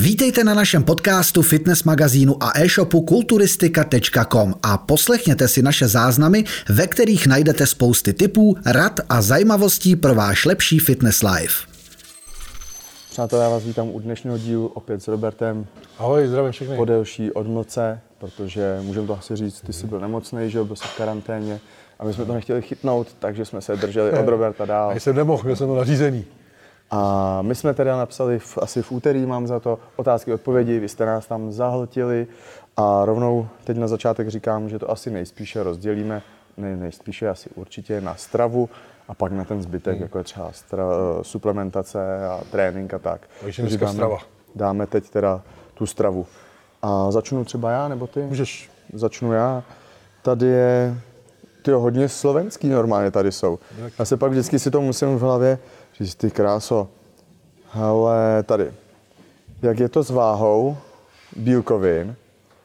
Vítejte na našem podcastu, fitness magazínu a e-shopu kulturistika.com a poslechněte si naše záznamy, ve kterých najdete spousty tipů, rad a zajímavostí pro váš lepší fitness life. Přátelé, já vás vítám u dnešního dílu opět s Robertem. Ahoj, zdravím všechny. Po delší odmlce, protože můžeme to asi říct, ty jsi byl nemocnej, že byl jsi v karanténě a my jsme to nechtěli chytnout, takže jsme se drželi od Roberta dál. Já jsem nemohl, měl jsem to nařízení. A my jsme teda napsali asi v úterý, mám za to, otázky, odpovědi, vy jste nás tam zahltili a rovnou teď na začátek říkám, že to asi nejspíše rozdělíme, nejspíše asi určitě na stravu a pak na ten zbytek, jako je třeba suplementace a trénink a tak. Takže dneska strava. Dáme teď teda tu stravu. A začnu třeba já, nebo ty? Můžeš. Začnu já. Tady je, hodně slovenský normálně tady jsou. Já se pak vždycky si to musím v hlavě říct, ty kráso. Ale tady, jak je to s váhou bílkovin,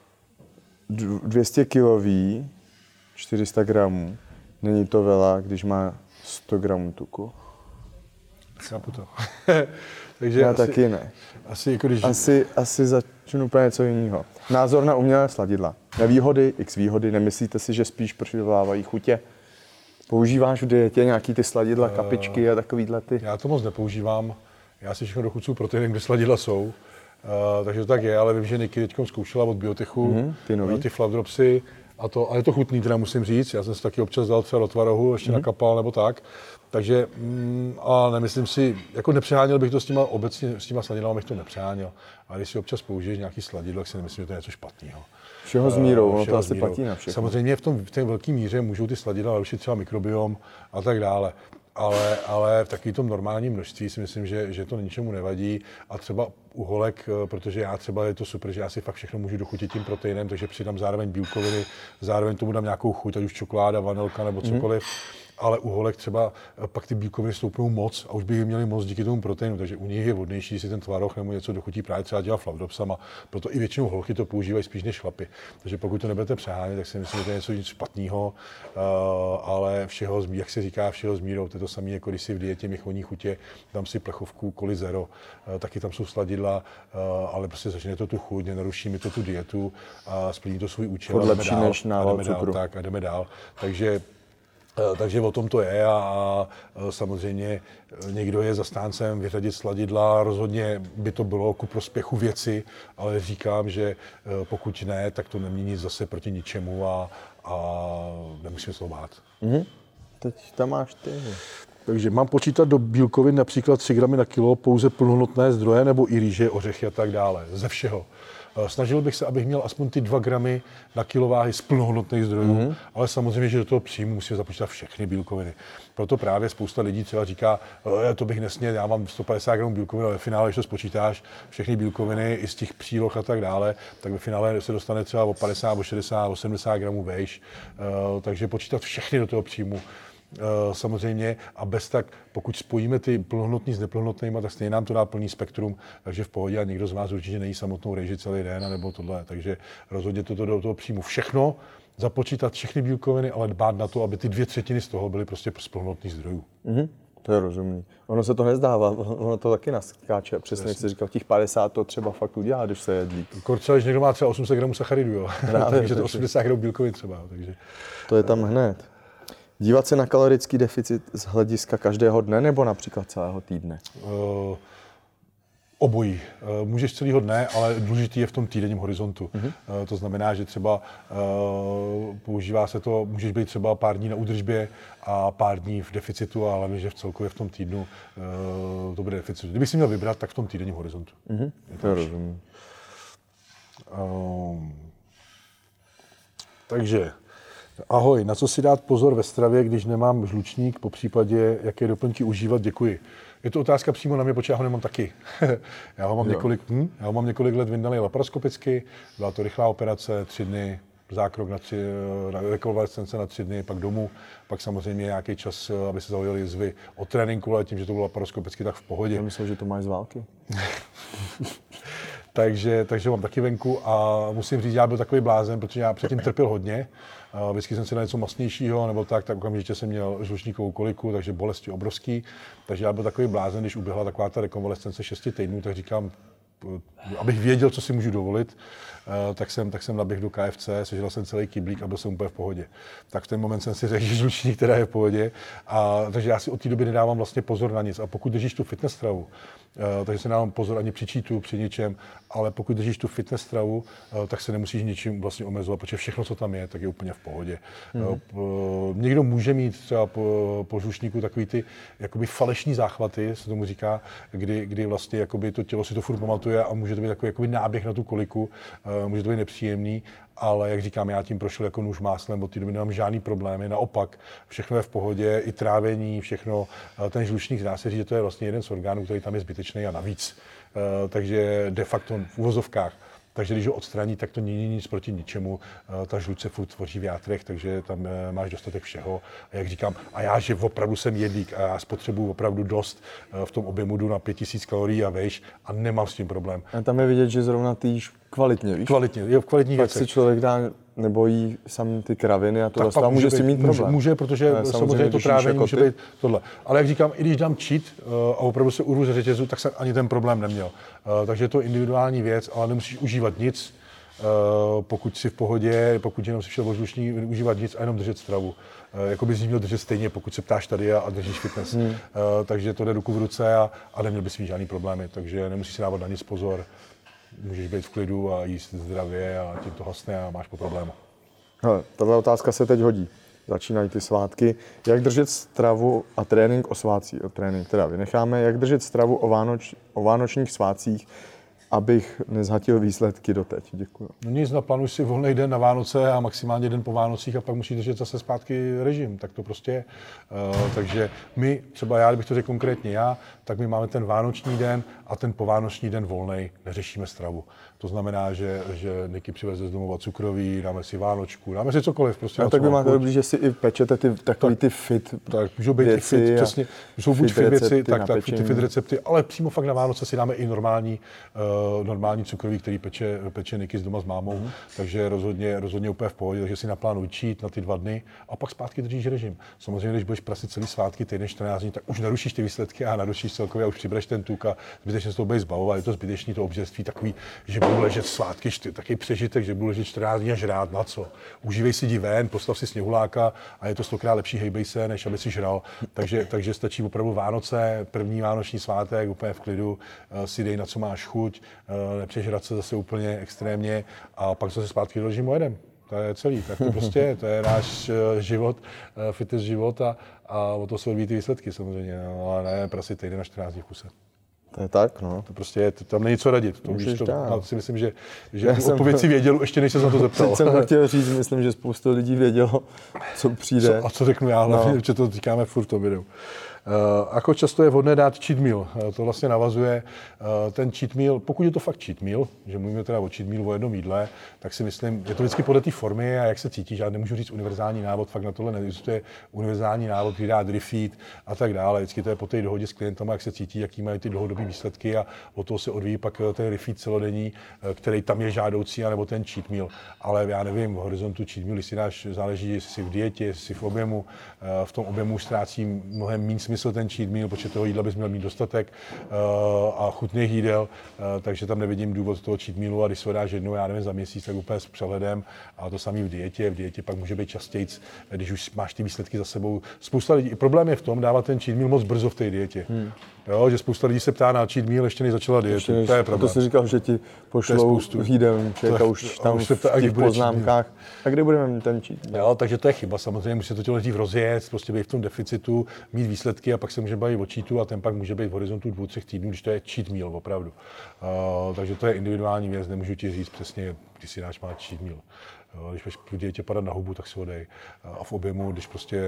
200 kilový, 400 gramů, není to veľa, když má 100 gramů tuku? Chápu to. Takže já asi, taky ne. Asi, jako když... asi začnu úplně něco jiného. Názor na umělé sladidla. Nevýhody, x výhody, nemyslíte si, že spíš přivolávají chutě? Používáš v dietě nějaký ty sladidla, kapičky a takovýhle ty? Já to moc nepoužívám. Já si všechno dochucuju proteinem, kde sladidla jsou. Takže to tak je, ale vím, že Niky teďkom zkoušela od Biotechu, ty Flavdropsy a je to chutný, teda musím říct. Já jsem si taky občas dal třeba do tvarohu, ještě nakapal nebo tak. Takže a nemyslím si, jako nepřeháněl bych to s těma obecně, s těma sladidlama bych to nepřeháněl. A když si občas použiješ nějaký sladidlo, tak si nemyslím, že to je něco špatného. Všeho s mírou, ono to asi platí na všechno. Samozřejmě v té velké míře můžou ty sladidla narušit třeba mikrobiom a tak dále. Ale v takovém tom normálním množství si myslím, že to ničemu nevadí. A třeba u holek, protože já třeba je to super, že já si fakt všechno můžu dochutit tím proteinem, takže přidám zároveň bílkoviny, zároveň tomu dám nějakou chuť, ať už čokoláda, vanilka nebo cokoliv. Ale u holek třeba pak ty bílkoviny stoupnou moc a už by je měli moc díky tomu proteinu, takže u nich je vhodnější, když si ten tvaroh nebo něco dochutí právě třeba dělat Flavdropsama, proto i většinou holky to používají spíš než chlapy. Takže pokud to nebudete přehánět, tak si myslím, že to je něco špatného, ale všeho, jak se říká, všeho s mírou. To je to samé, jako když si v dietě měchoní chutě, dám si plechovku Coli Zero, taky tam jsou sladidla, ale prostě začne to tu chuť, nenaruší mi to tu dietu a splní to svůj účel. Podlepší než nával cukru. A jdeme dál. Takže o tom to je a samozřejmě někdo je zastáncem vyřadit sladidla, rozhodně by to bylo ku prospěchu věci, ale říkám, že pokud ne, tak to nemění nic zase proti ničemu a nemusíme se to bát. Teď tam máš ty. Takže mám počítat do bílkovin například 3 gramy na kilo pouze plnohodnotné zdroje nebo i rýže, ořechy a tak dále, ze všeho. Snažil bych se, abych měl aspoň ty 2 gramy na kilo váhy z plnohodnotných zdrojů, ale samozřejmě, že do toho příjmu musím započítat všechny bílkoviny. Proto právě spousta lidí třeba říká, to bych nesměl, já mám 150 gramů bílkovin, ale ve finále, když to spočítáš, všechny bílkoviny i z těch příloh a tak dále, tak ve finále se dostane třeba o 50, o 60, o 70 gramů vejš. Takže počítat všechny do toho příjmu. Samozřejmě a bez tak, pokud spojíme ty plnohodnotní s neplnohodnotnými, tak stejně nám to dá plný spektrum, takže v pohodě a někdo z vás určitě nejí samotnou rejži celý den nebo tohle, takže rozhodně toto do toho příjmu všechno, započítat všechny bílkoviny, ale dbát na to, aby ty 2/3 z toho byly prostě z plnohodnotných zdrojů. To je rozumný. Ono se to nezdává, ono to taky naskáče. Přesně jak jsi říkal, těch 50 to třeba fakt udělá, když se jedí. Třeba, když někdo má třeba 800 gramů sacharidů, jo. Takže to 80 gramů bílkovin třeba. Takže. To je tam hned. Dívat se na kalorický deficit z hlediska každého dne nebo například celého týdne? Obojí. Můžeš celého dne, ale důležitý je v tom týdenním horizontu. To znamená, že třeba používá se to, můžeš být třeba pár dní na údržbě a pár dní v deficitu, ale hlavně, že v celkově v tom týdnu to bude deficit. Kdybych si měl vybrat, tak v tom týdenním horizontu. To rozumím. Takže ahoj, na co si dát pozor ve stravě, když nemám žlučník, po případě jaké doplňky užívat, děkuji. Je to otázka přímo na mě, protože já ho nemám taky. Já ho mám několik let vyndaný laparoskopicky, byla to rychlá operace, 3 dny, zákrok na rekonvalescence na 3 dny, pak domů, pak samozřejmě nějaký čas, aby se zahojily jizvy od tréninku, ale tím, že to bylo laparoskopicky, tak v pohodě. Já myslím, že to máš z války. takže mám taky venku a musím říct, já byl takový blázen, protože já předtím trpěl hodně. Vždycky jsem si dal něco masnějšího nebo tak okamžitě jsem měl žlučníkovou koliku, takže bolesti obrovský. Takže já byl takový blázen, když uběhla taková ta rekonvalescence 6 týdnů, tak říkám, abych věděl, co si můžu dovolit, tak jsem naběhl do KFC, sežral jsem celý kyblík a byl jsem úplně v pohodě. Tak v ten moment jsem si řekl, že žlučník teda je v pohodě. Takže já si od té doby nedávám vlastně pozor na nic. A pokud držíš tu fitness stravu, takže se nedávám pozor ani při cheatu, při ničem, ale pokud držíš tu fitness stravu, tak se nemusíš ničím vlastně omezovat, protože všechno, co tam je, tak je úplně v pohodě. Někdo může mít třeba po žlučníku takový ty jakoby falešní záchvaty, se tomu říká, kdy vlastně jakoby to tělo si to furt pamatuje a může to být takový jakoby náběh na tu koliku, může to být nepříjemný, ale jak říkám, já tím prošel jako nůž máslem, od té doby nemám žádný problémy, naopak, všechno je v pohodě, i trávení, všechno, ten žlučník, dá se říct, že to je vlastně jeden z orgánů, který tam je zbytečný a navíc, takže de facto v uvozovkách. Takže když ho odstraní, tak to není nic proti ničemu. Ta žluč se furt tvoří v játrech, takže tam máš dostatek všeho. A jak říkám, a já, že opravdu jsem jedlík a já spotřebuju opravdu dost, v tom objemu jdu na 5000 kalorií a vejš a nemám s tím problém. A tam je vidět, že zrovna ty jíš kvalitně, víš? Kvalitně, je v kvalitních věcech. Pak si člověk dá nebo jí sam ty kraviny a tohle, tam může s tím mít problém. Může, protože samozřejmě to trávení jako může být tohle. Ale jak říkám, i když dám cheat a opravdu se urvu ze řetězu, tak jsem ani ten problém neměl. Takže je to individuální věc, ale nemusíš užívat nic, pokud si v pohodě, pokud jenom si šel o žlučník, užívat nic a jenom držet stravu. Jako bys měl držet stejně, pokud se ptáš tady a držíš fitness. Takže to jde ruku v ruce a neměl bys mít žádný problémy, takže nemusíš si dávat na nic pozor. Můžeš být v klidu a jíst zdravě a tím to hasne a máš po problému. Hele, tahle otázka se teď hodí. Začínají ty svátky. Jak držet stravu a trénink o svátcích? Trénink teda vynecháme. Jak držet stravu o vánočních svátcích, abych nezhatil výsledky doteď? Děkuji. No nic, naplánuj si volný den na Vánoce a maximálně den po Vánocích a pak musíš držet zase zpátky režim. Tak to prostě je. Takže my, třeba já, kdybych to řekl konkrétně já, tak my máme ten vánoční den a ten povánoční den volnej, neřešíme stravu. To znamená, že Niky přiveze z domova cukroví, dáme si vánočku, dáme si cokoliv. Prostě a tak vy máte dobrý, že si i pečete ty fit tak můžou být i fit, přesně. Jsou buď fit věci, tak ty fit recepty, ale přímo fakt na Vánoce si dáme i normální cukroví, který peče Niky z doma s mámou, takže rozhodně úplně v pohodě, takže si naplánuj cheat na ty 2 dny a pak zpátky držíš režim. Samozřejmě, když budeš prasit celý svátky, týden 14 dní, tak už narušíš ty výsledky a narušíš celkově a už přibereš ten tuk a zbytečně se toho budeš zbavovat. Je to zbytečný to obžerství takový, že budu ležet svátky, taky přežitek, že budu ležet 14 dní a žrát, na co? Užívej si jdi ven, postav si sněhuláka a je to 100krát lepší, hejbej se, než aby si žral. Takže stačí opravdu Vánoce, první vánoční svátek, úplně v klidu, si dej na co máš chuť, nepřežrat se zase úplně extrémně a pak zase zpátky do režimu jedem. To je celý, tak to prostě to je náš život, fitness život a o to se odvíjí ty výsledky samozřejmě, no, ale ne prasit týden na 14 dní v kuse. To je tak, no. To prostě je, tam není co radit. To si myslím, že jsem odpověď si věděl, ještě než se na to zeptal. Teď jsem chtěl říct, myslím, že spoustu lidí vědělo, co přijde. A co řeknu já, hlavně, že to říkáme furt v tom videu. Jako často je vhodné dát cheat meal. To vlastně navazuje ten cheat meal, pokud je to fakt cheat meal, že mluvíme teda o cheat meal, o jednom jídle, tak si myslím, je to vždycky podle té formy a jak se cítíš. Já nemůžu říct univerzální návod, fakt na tohle neexistuje univerzální návod, kdy dát refeed a tak dále. Vždycky to je po té dohodě s klientama, jak se cítí, jaký mají ty dlouhodobé výsledky a od toho se odvíjí pak ten refeed celodenní, který tam je žádoucí, anebo ten cheat meal. Ale já nevím, v horizontu cheat meal, jestli dáš, záleží, jestli jsi v dietě, jestli jsi v objemu, v tom objemu ztrácí mnohem méně smysl ten cheat meal, protože toho jídla bys měl mít dostatek a chutných jídel, takže tam nevidím důvod toho cheat mealu a když se ho dáš jednou, já nevím, za měsíc, tak úplně s přehledem a to samé v dietě pak může být častějc, když už máš ty výsledky za sebou. Spousta lidí, problém je v tom dávat ten cheat meal moc brzo v té dietě. Jo, že spousta lidí se ptá na cheat meal, ještě než začala dietu. To je problém. To jsi říkal, že ti pošlou jídelníček a už tam v těch poznámkách. A kdy budeme mít ten cheat meal? Jo, takže to je chyba. Samozřejmě musí to tělo dřív rozjet, prostě být v tom deficitu, mít výsledky a pak se může bavit o cheatu a ten pak může být v horizontu 2-3 týdnů, když to je cheat meal opravdu. Takže to je individuální věc, nemůžu ti říct přesně, když si dáš má cheat meal. Když budeš v dietě padat na hubu, tak si ho dej. A v objemu, když prostě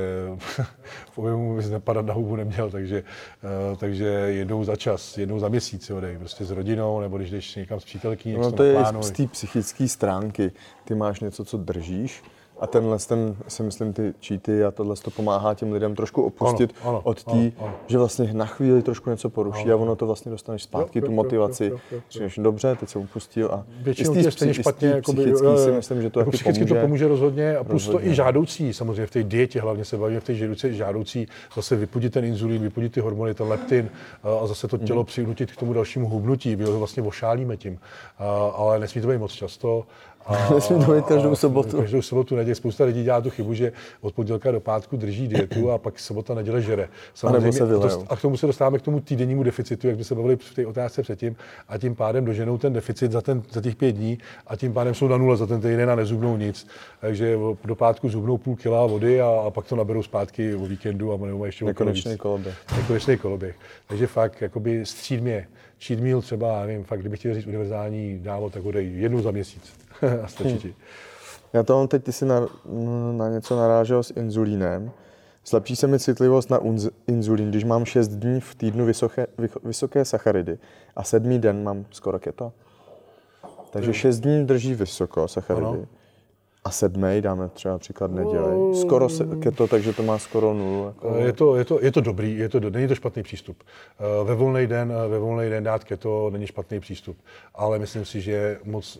v objemu bys nepadat na hubu neměl, takže jednou za čas, jednou za měsíc si ho dej. Prostě s rodinou, nebo když jdeš někam s přítelkyní, no to je z té psychické stránky. Ty máš něco, co držíš A tenhle, si myslím, ty cheaty a tohle to pomáhá těm lidem trošku opustit od té, že vlastně na chvíli trošku něco poruší a ono to vlastně dostaneš zpátky, tu motivaci. Říkáš, dobře, teď jsem upustil a většinou je stejně špatně, si myslím, že to jako psychicky to pomůže rozhodně a plus to i žádoucí, samozřejmě v té dietě, hlavně se bavíme v té žádoucí, zase vypudit ten inzulín, vypudit ty hormony, ten leptin a zase to tělo přinutit k tomu dalšímu hubnutí, my ho vlastně ošálíme tím, ale nesmí to být moc často. Nesmí to být každou sobotu. Každou sobotu, neděli. Spousta lidí dělá tu chybu, že od pondělka do pátku drží dietu a pak sobota, neděle žere. A k tomu se dostáváme k tomu týdennímu deficitu, jak jsme se bavili v té otázce předtím, a tím pádem doženou ten deficit za těch 5 dní a tím pádem jsou na nule za ten týden a nezubnou nic. Takže do pátku zubnou půl kila vody a pak to naberou zpátky o víkendu a nebo ještě nekonečný koloběh. Takže fakt jakoby cheat meal třeba, nevím, fakt kdybych chtěl říct univerzální návod, tak ho dej jednou za měsíc a stačí ti. Já to mám teď, ty jsi na něco narážel s inzulínem. Zlepší se mi citlivost na inzulín, když mám 6 dní v týdnu vysoké sacharidy a 7. den mám skoro keto. Takže 6 dní drží vysoko sacharidy. Ano. A 7. dáme třeba příklad neděli. Skoro keto, takže to má skoro 0. Jako... Je to dobrý, není to špatný přístup. Ve volný den dát keto není špatný přístup, ale myslím si, že moc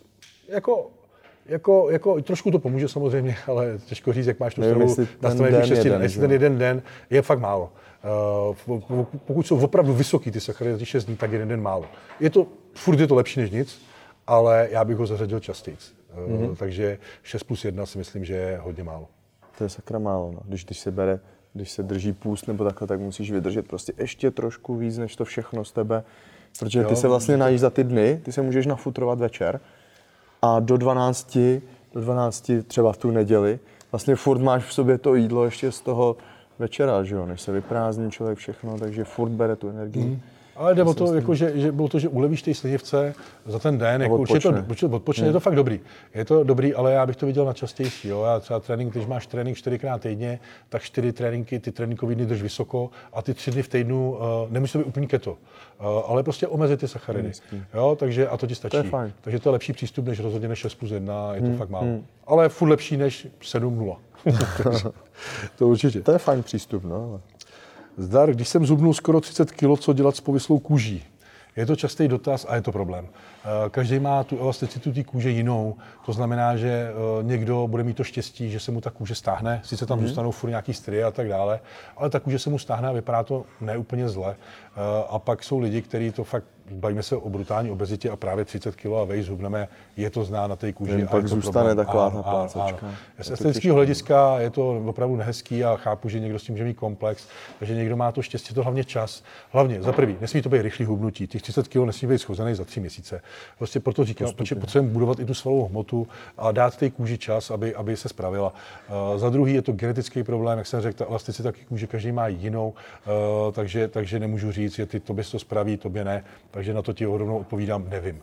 jako trošku to pomůže samozřejmě, ale těžko říct, jak máš tu stravu nastavenou 6 den. Jestli ten jeden den je fakt málo. Pokud jsou opravdu vysoký ty sacharidy 6 dní, tak jeden den málo. Furt je to lepší než nic, ale já bych ho zařadil častěji. Takže 6+1 si myslím, že je hodně málo. To je sakra málo. No. Když se drží půst nebo takhle, tak musíš vydržet prostě ještě trošku víc, než to všechno z tebe. Protože ty se vlastně najíš za ty dny, ty se můžeš nafutrovat večer a do 12 třeba v tu neděli, vlastně furt máš v sobě to jídlo ještě z toho večera, že jo, než se vyprázdní člověk všechno, takže furt bere tu energii. Ale jde o to, jako, že bylo to, že ulevíš té slinivce za ten den, jako odpočne, je to fakt dobrý. Je to dobrý, ale já bych to viděl na častější. Jo? Já třeba trénink, když máš trénink 4x týdně, tak 4 tréninky, ty tréninkové dny drž vysoko a ty 3 dny v týdnu nemusí to být úplně keto, ale prostě omezit ty sacharidy. Jo? Takže a to ti stačí. To takže to je lepší přístup, než rozhodně než 6+1, je to fakt málo. Ale furt lepší než 7-0. To určitě. To je fajn přístup, no. Zdar, když jsem zubnul skoro 30 kg, co dělat s povislou kůží? Je to častý dotaz a je to problém. Každý má tu elasticitu té kůže jinou, to znamená, že někdo bude mít to štěstí, že se mu ta kůže stáhne, sice tam zůstanou furt nějaký strie a tak dále, ale ta kůže se mu stáhne a vypadá to neúplně zle. A pak jsou lidi, kteří to fakt, bavíme se o brutální obezitě a právě 30 kg a vejš zubneme, je to znát na té kůži. Pak zůstane taková ta plácečka. Z estetického hlediska je to opravdu nehezký a chápu, že někdo s tím může mít komplex, takže někdo má to štěstí, to hlavně čas. Hlavně, za prvý, nesmí to být rychlý hubnutí, těch 30 kg nesmí být schozený za 3 měsíce. Prostě proto říkám, protože potřebujeme budovat i tu svalovou hmotu a dát té kůži čas, aby se spravila. Za druhý je to genetický problém, jak jsem řekl, ta elasticita kůže každý má jinou, takže nemůžu říct, že tobě to spraví, tobě ne, takže na to ti rovnou odpovídám, nevím.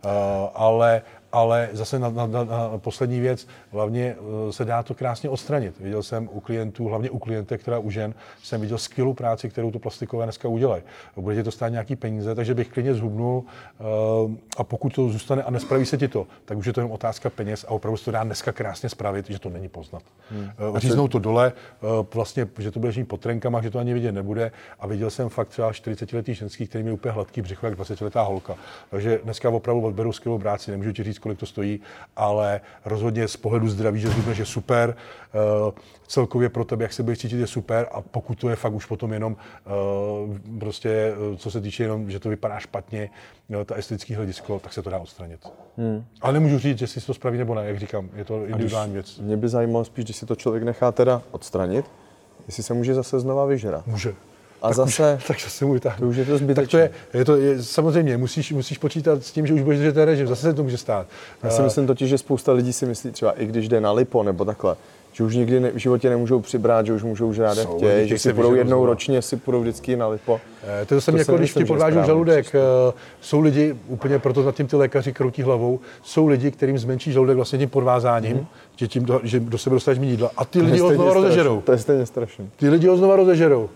Ale zase na poslední věc, hlavně se dá to krásně odstranit. Viděl jsem u klientů, hlavně u klientek, která u žen, jsem viděl skvělou práci, kterou to plastikové dneska udělají. Bude ti to stát nějaký peníze, takže bych klidně zhubnul a pokud to zůstane a nespraví se ti to, tak už je to jenom otázka peněz a opravdu se to dá dneska krásně spravit, že to není poznat. Říznout to dole, vlastně, že to budeš mít pod trenkama, že to ani vidět nebude a viděl jsem fakt třeba 40letý ženský, který měl úplně hladký břicho, jak 20letá holka. Takže dneska opravdu odberu skvělou práci, nemůžu ti říct, kolik to stojí, ale rozhodně z pohledu zdraví, že zhubneš, je super, celkově pro tebe, jak se budeš cítit, je super a pokud to je fakt už potom jenom prostě, co se týče jenom, že to vypadá špatně, ta estetický hledisko, tak se to dá odstranit. Ale nemůžu říct, že si to spraví nebo ne, jak říkám, je to individuální věc. Mě by zajímalo spíš, když si to člověk nechá teda odstranit, jestli se může zase znova vyžrat. Může. A tak zase, takže se může to už je to zbytečné. Tak samozřejmě, musíš počítat s tím, že už budeš držet ten režim, zase se to může stát. Já si myslím totiž, že spousta lidí si myslí třeba i když jde na lipo nebo takhle, že už nikdy v životě nemůžou přibrat, že už můžou žrát jak chtějí, že si půjdou jednou ročně, si půjdou vždycky na lipo. To je zase jako když ti podvážou žaludek. Jsou lidi, úplně proto nad tím ty lékaři kroutí hlavou, jsou lidi, kterým zmenší žaludek vlastně tím podvázáním, že do sebe dostaneš méně jídla a ty lidi ho znova rozežerou. To je stejně strašný. Ty lidi ho znova rozežerou.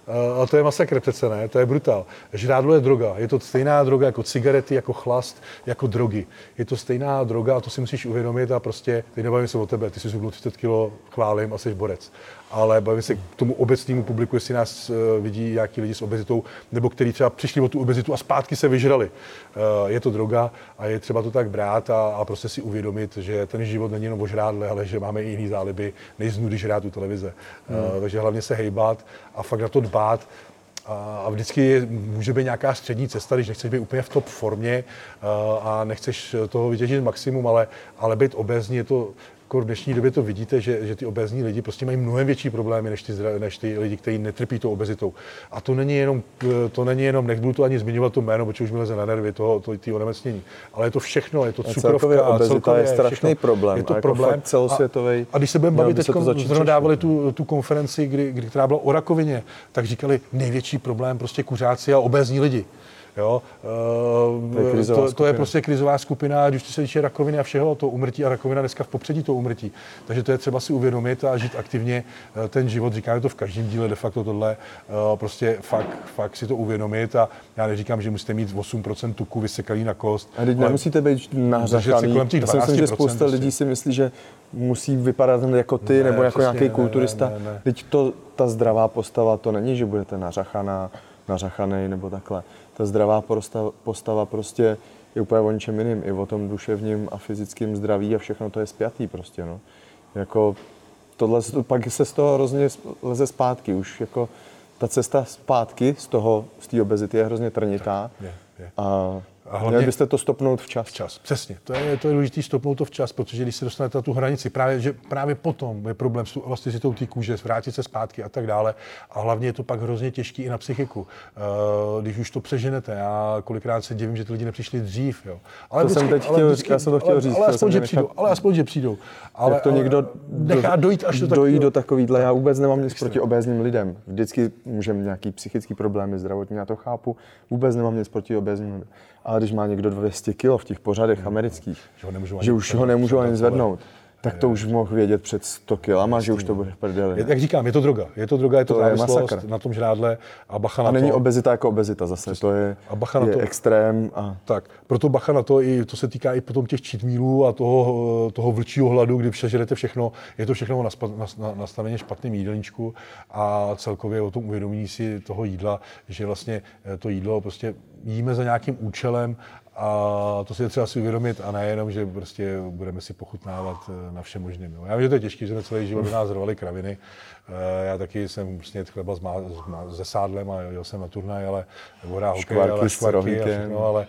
A to je masakr přece, ne? To je brutál. Žrádlo je droga. Je to stejná droga jako cigarety, jako chlast, jako drogy. Je to stejná droga a to si musíš uvědomit a prostě, teď nebavím se o tebe, ty jsi zhubnul 30 kg, chválím a jsi borec. Ale bavím se k tomu obecnému publiku, jestli nás vidí nějaký lidi s obezitou, nebo kteří třeba přišli o tu obezitu a zpátky se vyžrali. Je to droga a je třeba to tak brát a prostě si uvědomit, že ten život není jenom o žrádle, ale že máme i jiný záliby, než z nudy žrát u televize. Takže hlavně se hejbat a fakt na to dbát. A vždycky může být nějaká střední cesta, když nechceš být úplně v top formě a nechceš toho vytěžit maximum, ale být obézní je to. V dnešní době to vidíte, že ty obézní lidi prostě mají mnohem větší problémy než ty lidi, kteří netrpí tou obezitou. A to není jenom, nebudu to ani zmiňovat to jméno, protože už mi leze na nervy ty onemocnění. Ale je to všechno, je to cukrovka, obezita je strašný všechno. problém. Je to problém celosvětový. A když se budeme bavit, teď zrovna dávali tu konferenci, která byla o rakovině, tak říkali největší problém prostě kuřáci a obézní lidi. Jo, to je prostě krizová skupina, když se týče rakoviny a všeho, to úmrtí a rakovina dneska v popředí to úmrtí. Takže to je třeba si uvědomit a žít aktivně ten život, říkáme to v každém díle, de facto tohle, prostě fakt si to uvědomit a já neříkám, že musíte mít 8% tuku vysekaný na kost. A teď nemusíte být nařachaný. Já si myslím, že spousta lidí si myslí, že musí vypadat jako ty nebo jako nějaký kulturista. Teď ta zdravá postava, to není, že budete nařachaný nebo takhle. Ta zdravá postava prostě je úplně o ničem jiným, i o tom duševním a fyzickém zdraví a všechno to je spjatý prostě, no. Jako tohle, pak se z toho hrozně leze zpátky, už jako ta cesta zpátky z té obezity je hrozně trnitá a hlavně měli byste to stopnout včas. Přesně. To je důležité stopnout to včas, protože když se dostanete na tu hranici, právě potom je problém s elasticitou té kůže, vrátit se zpátky a tak dále. A hlavně je to pak hrozně těžký i na psychiku. Když už to přeženete, já kolikrát se divím, že ty lidi nepřišli dřív, jo. Ale já jsem to chtěl říct. Ale aspoň, že přijdou. Ale jak to někdo nechá dojít až do takovýhle. Já vůbec nemám nic proti obézním lidem. Vždycky můžeme nějaký psychický problémy zdravotní, já to chápu. Vůbec nemám nic proti obézním lidem. Ale když má někdo 200 kg v těch pořadech amerických, že už ho nemůžou ani zvednout, tak to už mohl vědět před 100 kilama, že už to bude v prdeli. Jak říkám, je to droga, je to závislost na tom žrádle a bacha na to. A není obezita jako obezita zase, to je extrém. Tak, proto bacha na to, i to se týká i potom těch cheat mealů a toho vlčího hladu, kdy přežerete všechno, je to všechno nastaveně špatným jídelníčku a celkově o tom uvědomění si toho jídla, že vlastně to jídlo prostě jíme za nějakým účelem. A to si je třeba si uvědomit a nejenom, že prostě budeme si pochutnávat na všem možným. Já vím, že to je těžké, že jsme celý život do nás rvali kraviny. Já taky jsem snědl chleba se sádlem a jel jsem na turnaj, nebo hrál hokej, ale škvarky a všechno,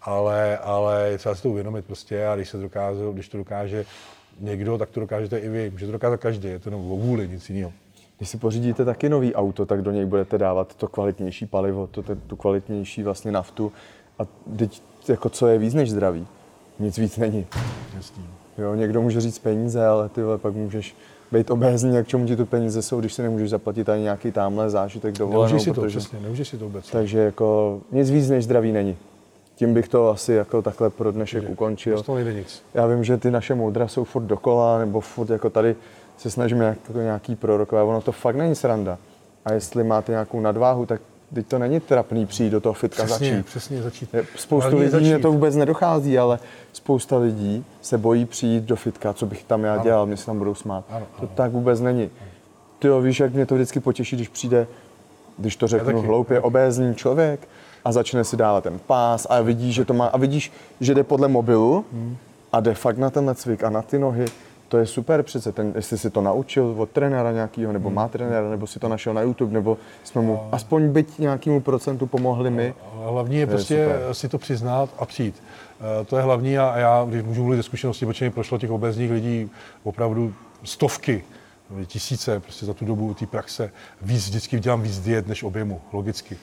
ale je třeba si to uvědomit prostě a když to dokáže někdo, tak to dokážete i vy. Může to dokázat každý, je to jenom o vůli, nic jiného. Když si pořídíte taky nový auto, tak do něj budete dávat to kvalitnější palivo, tu kvalitnější vlastně naftu. A teď jako co je víc než zdraví? Nic víc není. Jasný. Jo, někdo může říct peníze, ale ty vole, pak můžeš být obézní, jak čemu ti tu peníze jsou, když si nemůžeš zaplatit ani nějaký tamhle zážitek dovolenou. Nemůžeš si to vůbec. Takže jako nic víc než zdraví není. Tím bych to asi jako takhle pro dnešek ukončil. To nejde nic. Já vím, že ty naše moudra jsou furt dokola, nebo furt jako tady se snažíme nějaký prorokové, ono to fakt není sranda. A jestli máte nějakou nadváhu, tak teď to není trapný přijít do toho fitka začít. Přesně začít. Spoustu lidí mě to vůbec nedochází, ale spousta lidí se bojí přijít do fitka, co bych tam já dělal, mě se tam budou smát. To tak vůbec není. Ty jo, víš, jak mě to vždycky potěší, když přijde, když to řeknu hloupě, obézní člověk a začne si dávat ten pás a vidíš, že to má, a vidíš, že jde podle mobilu a jde fakt na tenhle cvik a na ty nohy. To je super přece, jestli si to naučil od trenéra nějakého, nebo má trenéra, nebo si to našel na YouTube, nebo jsme mu aspoň byť nějakému procentu pomohli my. Hlavní je prostě si to přiznat a přijít. To je hlavní a já, když můžu mluvit ze zkušenosti, protože mi prošlo těch obézních lidí opravdu stovky, tisíce prostě za tu dobu té praxe. Vždycky dělám víc diet než objemu, logicky.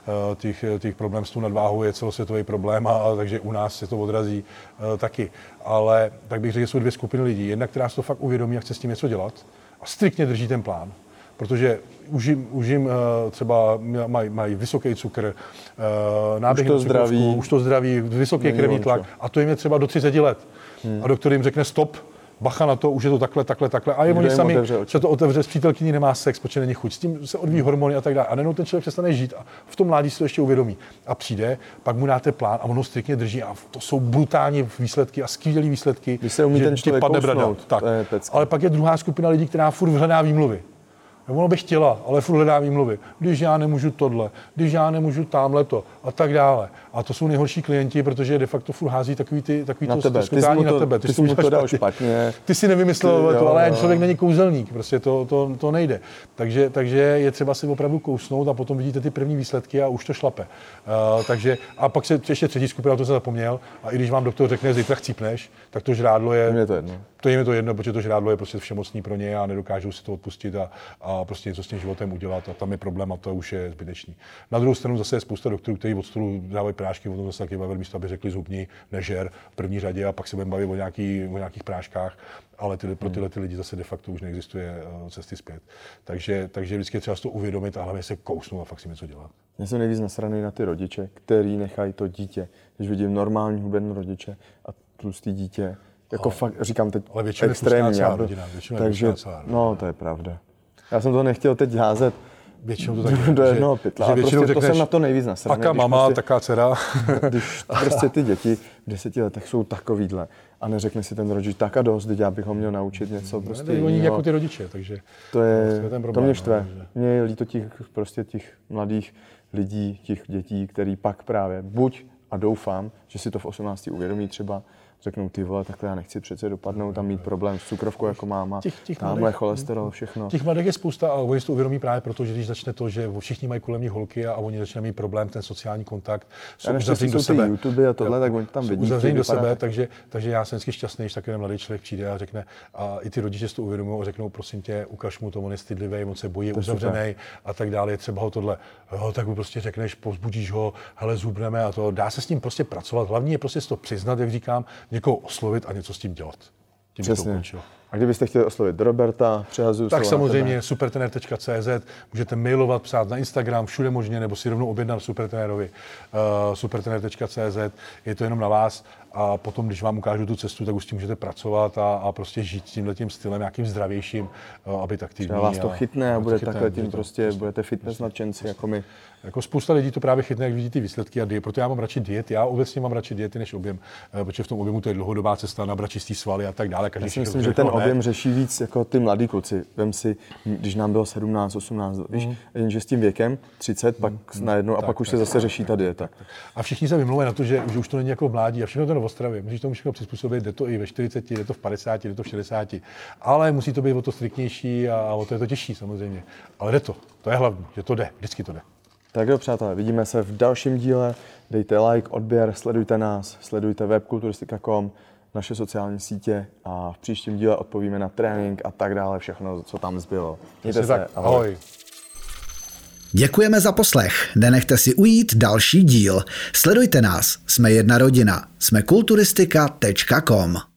Těch problémů s tou nadváhou je celosvětový problém, takže u nás se to odrazí taky. Ale tak bych řekl, že jsou dvě skupiny lidí. Jedna, která si to fakt uvědomí a chce s tím něco dělat a striktně drží ten plán. Protože už třeba mají vysoký cukr, náběhy na cukrovku, už to zdraví, vysoký krevní tlak a to jim je třeba do 30 let. A doktor jim řekne stop, bacha na to, už je to takhle. A oni sami se to otevře, s přítelkyní nemá sex, protože není chuť. S tím se odvíjí hormony a tak dále. A nenou ten člověk přestane žít a v tom mládí si to ještě uvědomí. A přijde, pak mu dáte plán a ono striktně drží a to jsou brutální výsledky a skvělé výsledky. Když se umí ten člověk kousnout, tak. Ale pak je druhá skupina lidí, která furt hledá výmluvy. Ono by chtěla, ale furt hledá výmluvy. Když já nemůžu tohle, když já nemůžu tamhleto a tak dále. A to jsou nejhorší klienti, protože de facto furt hází takový to skutání na tebe. Ty jsi mu to dal špatně. Ty si nevymyslel to, ale člověk není kouzelník, prostě to nejde. Takže je třeba si opravdu kousnout a potom vidíte ty první výsledky a už to šlape. A pak se ještě třetí skupina, to jsem zapomněl, a i když vám doktor řekne, zítra chcípneš, tak to žrádlo je... Mně to jedno. To je mi to jedno, protože to žrádlo je prostě všemocný pro ně a nedokážou si to odpustit a prostě něco s tím životem udělat a tam je problém a to už je zbytečný. Na druhou stranu zase je spousta doktorů, kteří od stolu dávají prášky, o tom zase taky bavili místo, aby řekli zhubni, nežer v první řadě a pak se budeme bavit o nějakých práškách, ale pro tyhle lidi zase de facto už neexistuje cesty zpět. Takže vždycky je třeba si to uvědomit a hlavně se kousnout a fakt si něco dělat. Mě jsem nejvíc nasraný na ty rodiče, který nechají to dítě. Když vidím normální hubený rodiče a tlustý dítě, jako fakt, říkám teď extrémní. Takže, no to je pravda. Já jsem to nechtěl teď házet většinou to tak do jednoho pytla. Prostě to jsem na to nejvíc nasraný. Taká mama, prostě, taká dcera. Když prostě ty děti v 10 letech jsou takovýhle a neřekne si ten rodič tak a dost, teď já bych ho měl naučit něco prostě jiného. Oni jako ty rodiče, takže to mě štve. Mně je líto těch mladých lidí, těch dětí, který pak právě buď a doufám, že si to v 18 uvědomí třeba, řeknou ty vole, takhle já nechci přece dopadnout a mít problém s cukrovkou jako máma, tamhle cholesterol, všechno. Těch mladých je spousta a oni si to uvědomí právě proto, že když začne to, že všichni mají kolem nich holky a oni začínají mít problém, ten sociální kontakt, jsou uzavření do sebe. YouTube a tohle, tak oni tam vidí. Uzavření do sebe, takže já jsem vždycky šťastný, když takový mladý člověk přijde a řekne, a i ty rodiče si to uvědomují a řeknou, prosím tě, ukaž mu to, on je stydlivý, on se bojí, uzavřený a tak dále, je třeba ho tohle, tak mu prostě řekneš, povzbudíš ho, hele, zhubneme a to, dá se s tím prostě pracovat, hlavně je prostě to přiznat, jak říkám, někoho oslovit a něco s tím dělat. Přesně. A kdybyste chtěli oslovit Roberta, přehazuju tak samozřejmě supertrener.cz, můžete mailovat, psát na Instagram, všude možně, nebo si rovnou objednat supertrenerovi supertrener.cz, je to jenom na vás a potom, když vám ukážu tu cestu, tak už s tím můžete pracovat a prostě žít tímhletím stylem, nějakým zdravějším, aby být aktivní. Třeba vás to chytne a bude takhle tím prostě, budete fitness nadšenci jako my. Jako spousta lidí to právě chytne, jak vidí ty výsledky a proto já mám radši diety. Já obecně mám radši diety než objem, protože v tom objemu to je dlouhodobá cesta, nabrat čistý svaly a tak dále. Já si myslím, že ten objem řeší víc jako ty mladí kluci. Vem si, když nám bylo 17, 18, víš, jenže s tím věkem 30, pak najednou a pak už se zase řeší ta dieta. A všichni se vymlouvají na to, že už to není jako v mládí a všechno to v Ostravě. Musíš tomu všechno přizpůsobit, jde to i ve 40, jde to v 50, jde to v 60. Ale musí to být o to striktnější a o to je to těžší samozřejmě. Ale jde to. To je hlavní, že to jde, vždycky to jde. Tak jo, přátelé, vidíme se v dalším díle. Dejte like, odběr, sledujte nás, sledujte web kulturistika.com, naše sociální sítě a v příštím díle odpovíme na trénink a tak dále, všechno, co tam zbylo. Mějte se, ahoj. Děkujeme za poslech. Nenechte si ujít další díl. Sledujte nás. Jsme jedna rodina. Jsme kulturistika.com.